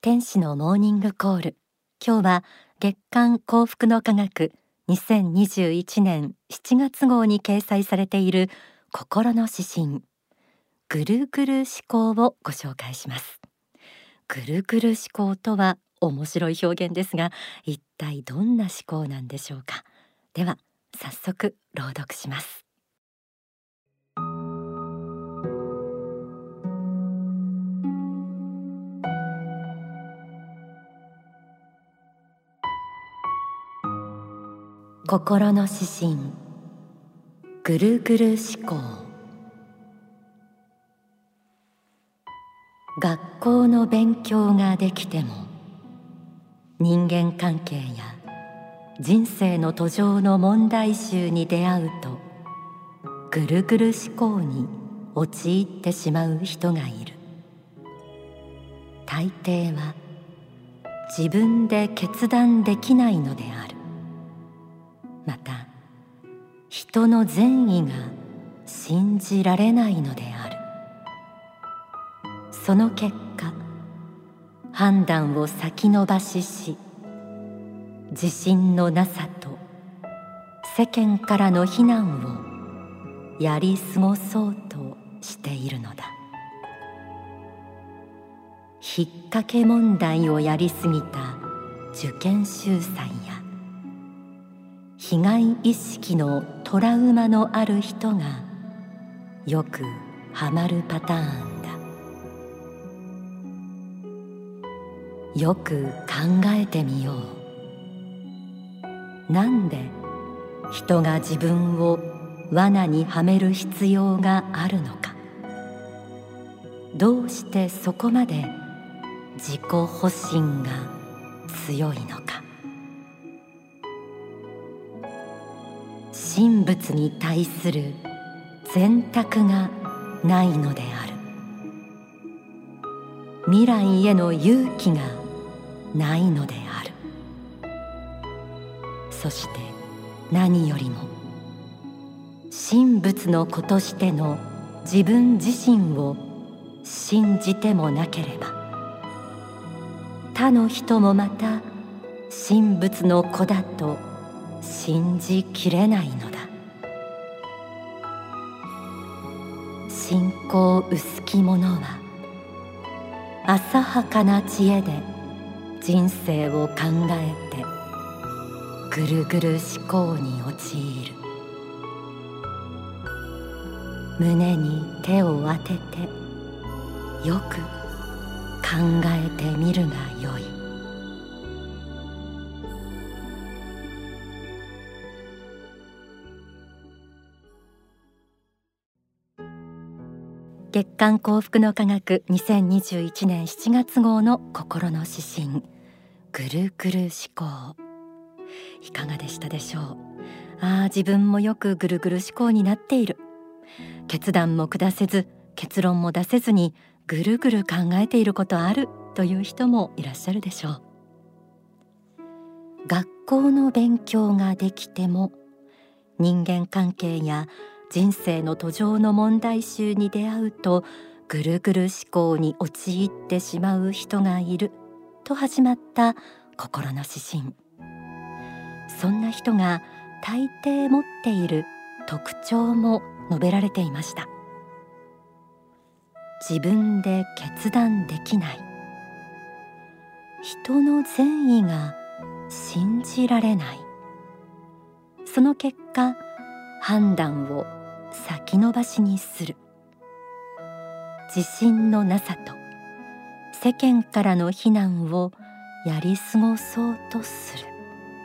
天使のモーニングコール。今日は月刊幸福の科学2021年7月号に掲載されている心の指針、ぐるぐる思考をご紹介します。ぐるぐる思考とは面白い表現ですが、一体どんな思考なんでしょうか。では早速朗読します。心の指針、ぐるぐる思考。学校の勉強ができても、人間関係や人生の途上の問題集に出会うと、ぐるぐる思考に陥ってしまう人がいる。大抵は自分で決断できないのである。また、人の善意が信じられないのである。その結果、判断を先延ばしし、自信のなさと世間からの非難をやり過ごそうとしているのだ。引っ掛け問題をやりすぎた受験秀才や、被害意識のトラウマのある人がよくハマるパターンだ。よく考えてみよう。なんで人が自分を罠にはめる必要があるのか。どうしてそこまで自己保身が強いのか。神仏に対する選択がないのである。未来への勇気がないのである。そして何よりも、神仏の子としての自分自身を信じてもなければ、他の人もまた神仏の子だと信じきれないのだ。信仰薄き者は浅はかな知恵で人生を考えてぐるぐる思考に陥る。胸に手を当ててよく考えてみるがよい。月刊幸福の科学2021年7月号の心の指針、ぐるぐる思考。いかがでしたでしょう。自分もよくぐるぐる思考になっている。決断も下せず、結論も出せずにぐるぐる考えていることあるという人もいらっしゃるでしょう。学校の勉強ができても、人間関係や人生の途上の問題集に出会うとぐるぐる思考に陥ってしまう人がいると始まった心の指針。そんな人が大抵持っている特徴も述べられていました。自分で決断できない。人の善意が信じられない。その結果、判断を先延ばしにする。自信のなさと世間からの非難をやり過ごそうとする。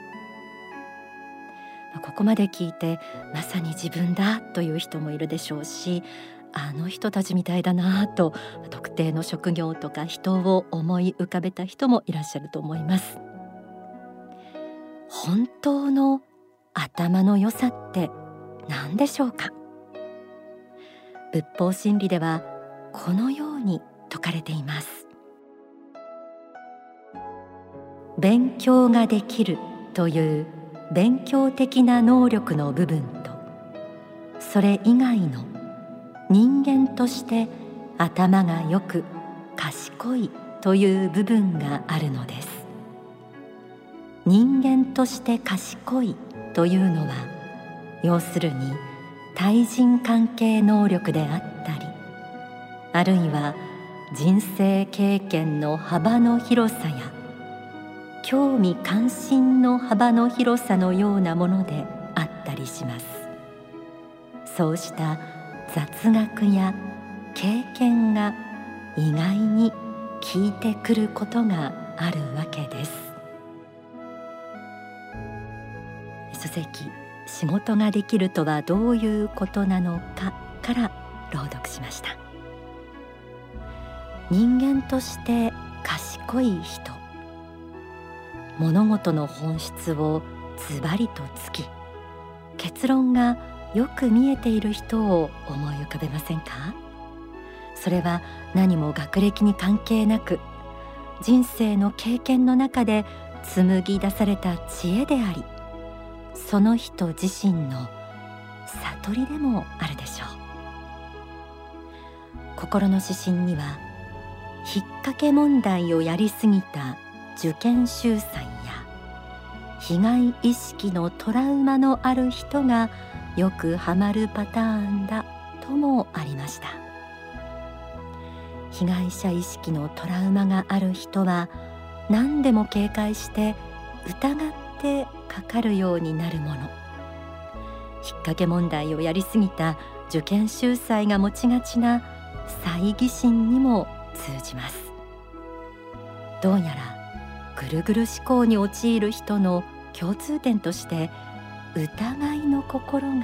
ここまで聞いて、まさに自分だという人もいるでしょうし、あの人たちみたいだなと特定の職業とか人を思い浮かべた人もいらっしゃると思います。本当の頭の良さって何でしょうか。仏法真理ではこのように説かれています。勉強ができるという勉強的な能力の部分と、それ以外の人間として頭がよく賢いという部分があるのです。人間として賢いというのは、要するに対人関係能力であったり、あるいは人生経験の幅の広さや興味関心の幅の広さのようなものであったりします。そうした雑学や経験が意外に効いてくることがあるわけです。書籍「仕事ができるとはどういうことなのか」から朗読しました。人間として賢い人、物事の本質をズバリと突き、結論がよく見えている人を思い浮かべませんか？それは何も学歴に関係なく、人生の経験の中で紡ぎ出された知恵であり、その人自身の悟りでもあるでしょう。心の指針には、引っ掛け問題をやりすぎた受験秀才や被害意識のトラウマのある人がよくハマるパターンだともありました。被害者意識のトラウマがある人は、何でも警戒して疑ってかかるようになるもの。引っ掛け問題をやりすぎた受験秀才が持ちがちな猜疑心にも通じます。どうやらぐるぐる思考に陥る人の共通点として、疑いの心があるよ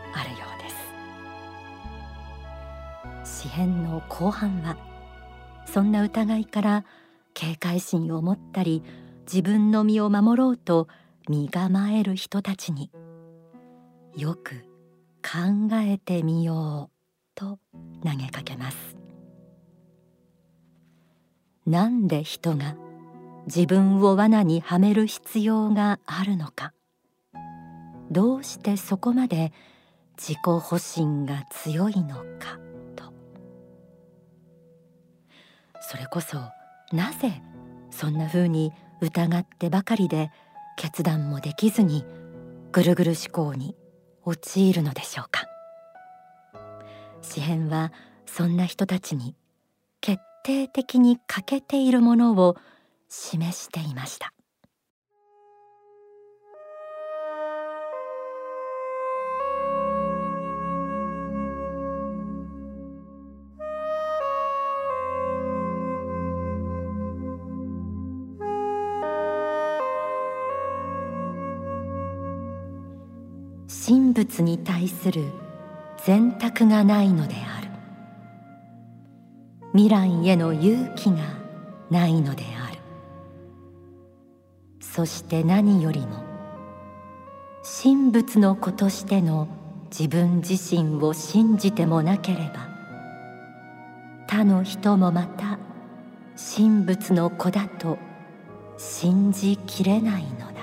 うです。詩編の後半は、そんな疑いから警戒心を持ったり、自分の身を守ろうと身構える人たちに、よく考えてみようと投げかけます。なんで人が自分を罠にはめる必要があるのか。どうしてそこまで自己保身が強いのかと。それこそ、なぜそんなふうに疑ってばかりで決断もできずにぐるぐる思考に陥るのでしょうか。詩編はそんな人たちに決定的に欠けているものを示していました。神仏に対する選択がないのである。未来への勇気がないのである。そして何よりも、神仏の子としての自分自身を信じてもなければ、他の人もまた神仏の子だと信じきれないのだ。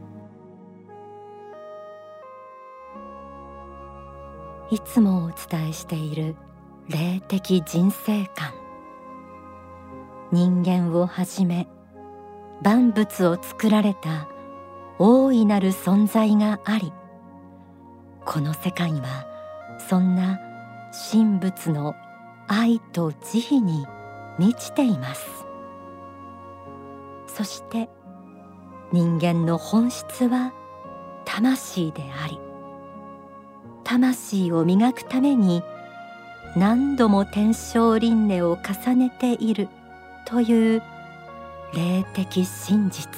いつもお伝えしている霊的人生観。人間をはじめ万物を作られた大いなる存在があり、この世界はそんな神仏の愛と慈悲に満ちています。そして人間の本質は魂であり、魂を磨くために何度も天正輪廻を重ねているという霊的真実。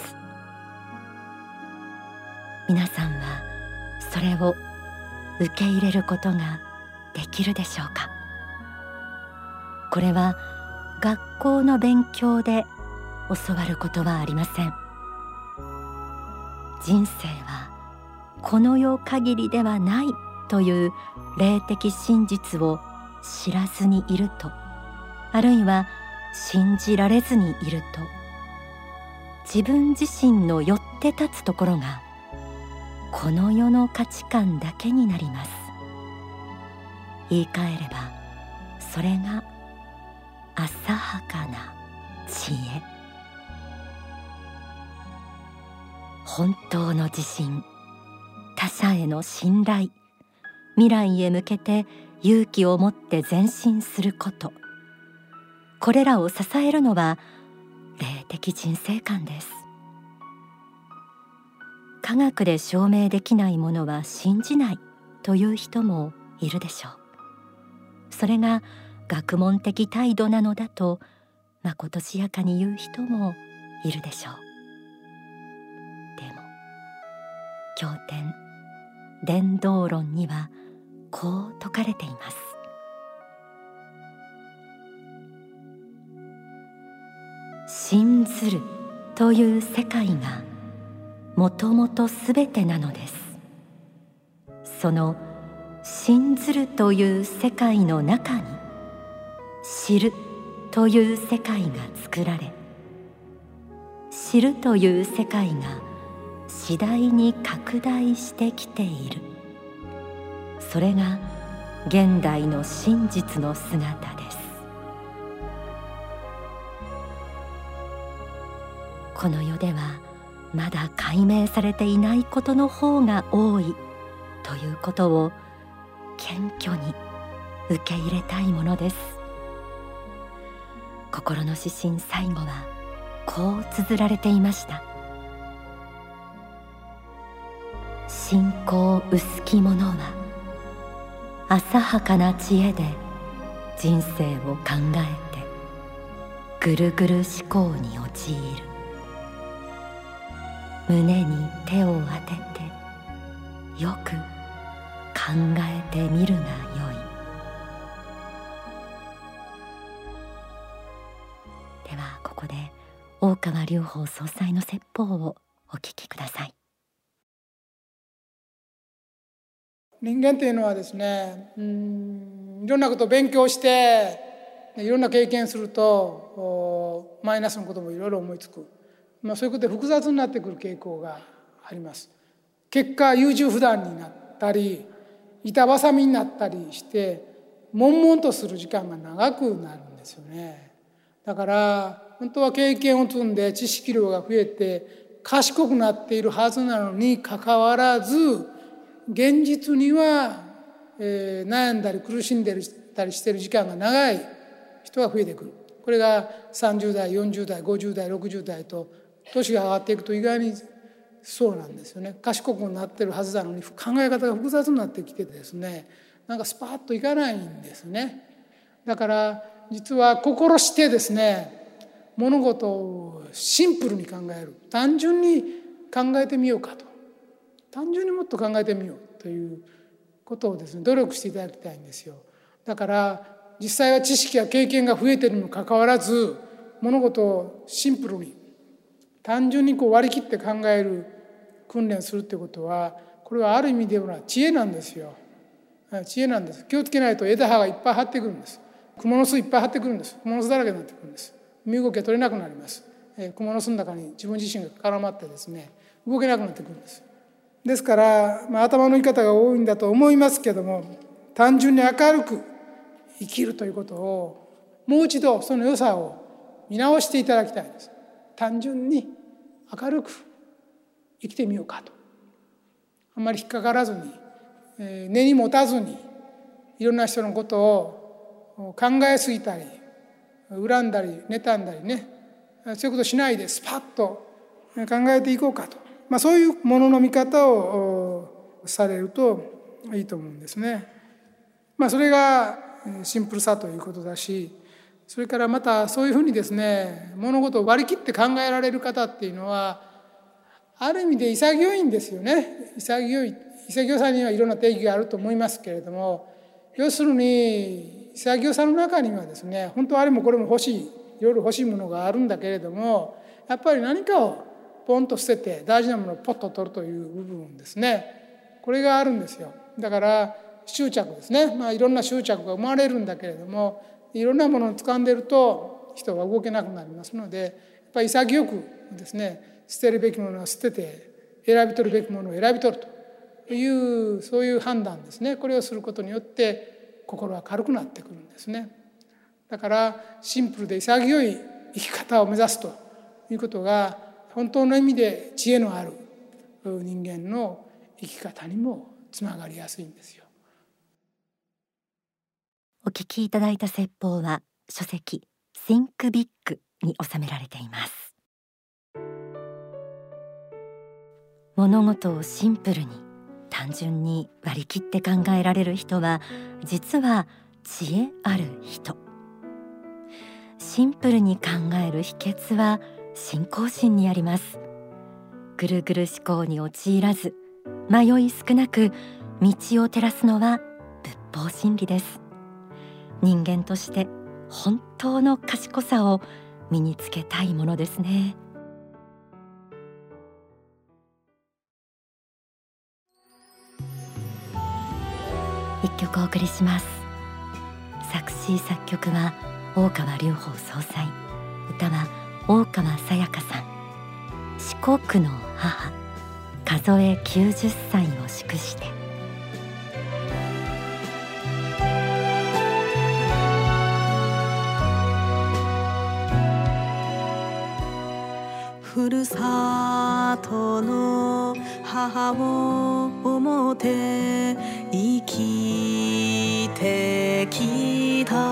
皆さんはそれを受け入れることができるでしょうか。これは学校の勉強で教わることはありません。人生はこの世限りではないという霊的真実を知らずにいると、あるいは信じられずにいると、自分自身のよって立つところがこの世の価値観だけになります。言い換えれば、それが浅はかな知恵。本当の自信、他者への信頼、未来へ向けて勇気を持って前進すること、これらを支えるのは霊的人生観です。科学で証明できないものは信じないという人もいるでしょう。それが学問的態度なのだとまことしやかに言う人もいるでしょう。でも経典伝道論にはこう説かれています。信ずるという世界がもともとすべてなのです。その信ずるという世界の中に知るという世界が作られ、知るという世界が次第に拡大してきている。それが現代の真実の姿です。この世ではまだ解明されていないことの方が多いということを謙虚に受け入れたいものです。心の指針最後はこう綴られていました。信仰薄き者は浅はかな知恵で人生を考えてぐるぐる思考に陥る。胸に手を当ててよく考えてみるがよい。ではここで大川隆法総裁の説法をお聞きください。 人間というのはですね、いろんなことを勉強していろんな経験するとマイナスのこともいろいろ思いつく、そういうことで複雑になってくる傾向があります。結果優柔不断になったり板挟みになったりして悶々とする時間が長くなるんですよね。だから本当は経験を積んで知識量が増えて賢くなっているはずなのにかかわらず現実には、悩んだり苦しんでたりしている時間が長い人が増えてくる。これが30代40代50代60代と年が上がっていくと意外にそうなんですよね。賢くなっているはずなのに考え方が複雑になってきてですね、なんかスパッといかないんですね。だから実は心してですね、物事をシンプルに考える、単純に考えてみようかと、単純にもっと考えてみようということをですね、努力していただきたいんですよ。だから実際は知識や経験が増えているにもかかわらず物事をシンプルに単純に割り切って考える訓練するってことは、これはある意味では知恵なんですよ。知恵なんです。気をつけないと枝葉がいっぱい張ってくるんです。蜘蛛の巣いっぱい張ってくるんです。蜘蛛の巣だらけになってくるんです。身動きが取れなくなります。蜘蛛の巣の中に自分自身が絡まってですね、動けなくなってくるんです。ですから、頭のいい方が多いんだと思いますけども、単純に明るく生きるということをもう一度その良さを見直していただきたいんです。単純に明るく生きてみようかと。あんまり引っかからずに、根に持たずにいろんな人のことを考えすぎたり恨んだり妬んだりね、そういうことしないでスパッと考えていこうかと、そういうものの見方をされるといいと思うんですね。それがシンプルさということだし、それからまたそういうふうにですね、物事を割り切って考えられる方っていうのはある意味で潔いんですよね。潔さにはいろんな定義があると思いますけれども、要するに潔さの中にはですね、本当はあれもこれもいろいろ欲しいものがあるんだけれども、やっぱり何かをポンと捨てて大事なものをポッと取るという部分ですね、これがあるんですよ。だから執着ですね、いろんな執着が生まれるんだけれども、いろんなものを掴んでいると人が動けなくなりますので、やっぱり潔くですね、捨てるべきものは捨てて選び取るべきものを選び取るというそういう判断ですね。これをすることによって心は軽くなってくるんですね。だからシンプルで潔い生き方を目指すということが本当の意味で知恵のある人間の生き方にもつながりやすいんですよ。 お聞きいただいた説法は書籍 Think Big に収められています。物事をシンプルに単純に割り切って考えられる人は実は知恵ある人。シンプルに考える秘訣は信仰心にあります。ぐるぐる思考に陥らず、迷い少なく道を照らすのは仏法真理です。人間として本当の賢さを身につけたいものですね。一曲お送りします。作詞作曲は大川隆法総裁、歌は大川さやかさん。四国の母、数え90歳を祝して。 ふるさとの母を思って生きてきた。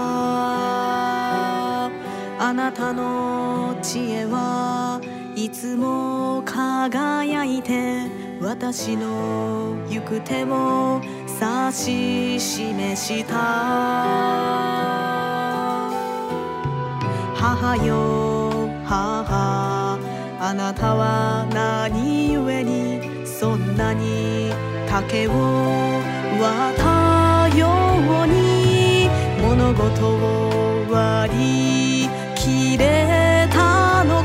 あなたの知恵はいつも輝いて私の行く手を指し示した。母よ母、あなたは何故にそんなに竹を割ったように物事を割り切れたの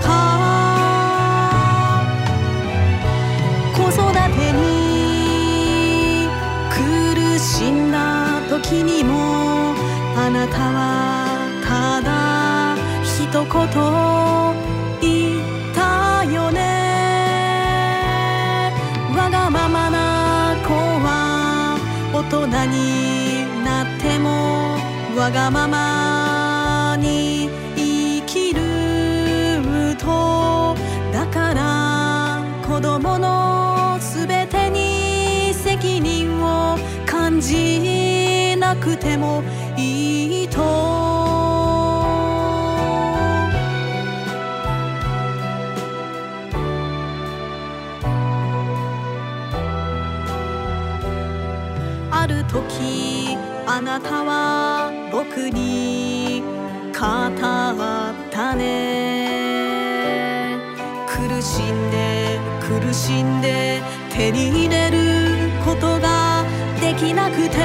か。子育てに苦しんだ時にもあなたはただ一言言ったよね。わがままな子は大人になってもわがままに生きると。だから子供のすべてに責任を感じなくてもいいと。ある時あなたは僕に語ったね。苦しんで苦しんで手に入れることができなくて、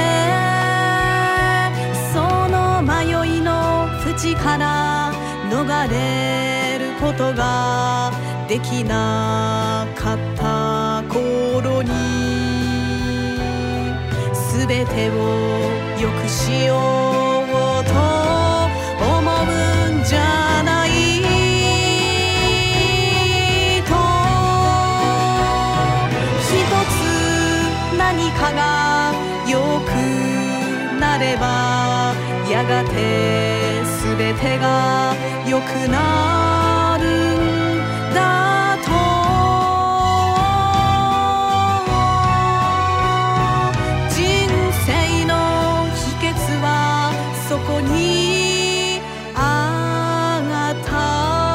その迷いの淵から逃れることができなかった頃にすべてを良くしようと思うんじゃないと。一つ何かが良くなればやがてすべてが良くなるんだと。そこにあった。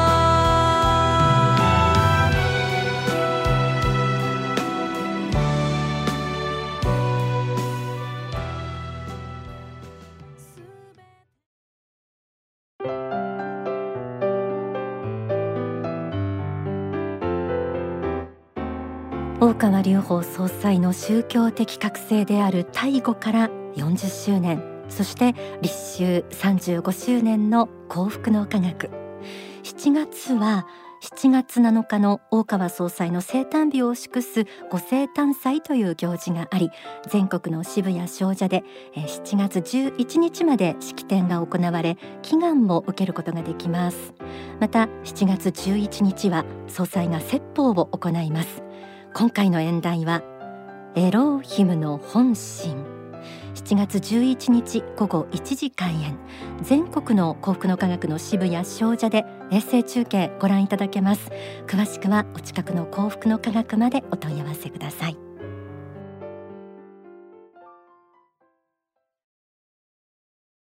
大川隆法総裁の宗教的覚醒である大悟から40周年、そして立秋35周年の幸福の科学。7月は7月7日の大川総裁の生誕日を祝すご生誕祭という行事があり、全国の支部や商社で7月11日まで式典が行われ、祈願も受けることができます。また7月11日は総裁が説法を行います。今回の演題はエローヒムの本心。 7月11日午後1時開演。全国の幸福の科学の支部や商社で衛星中継ご覧いただけます。詳しくはお近くの幸福の科学までお問い合わせください。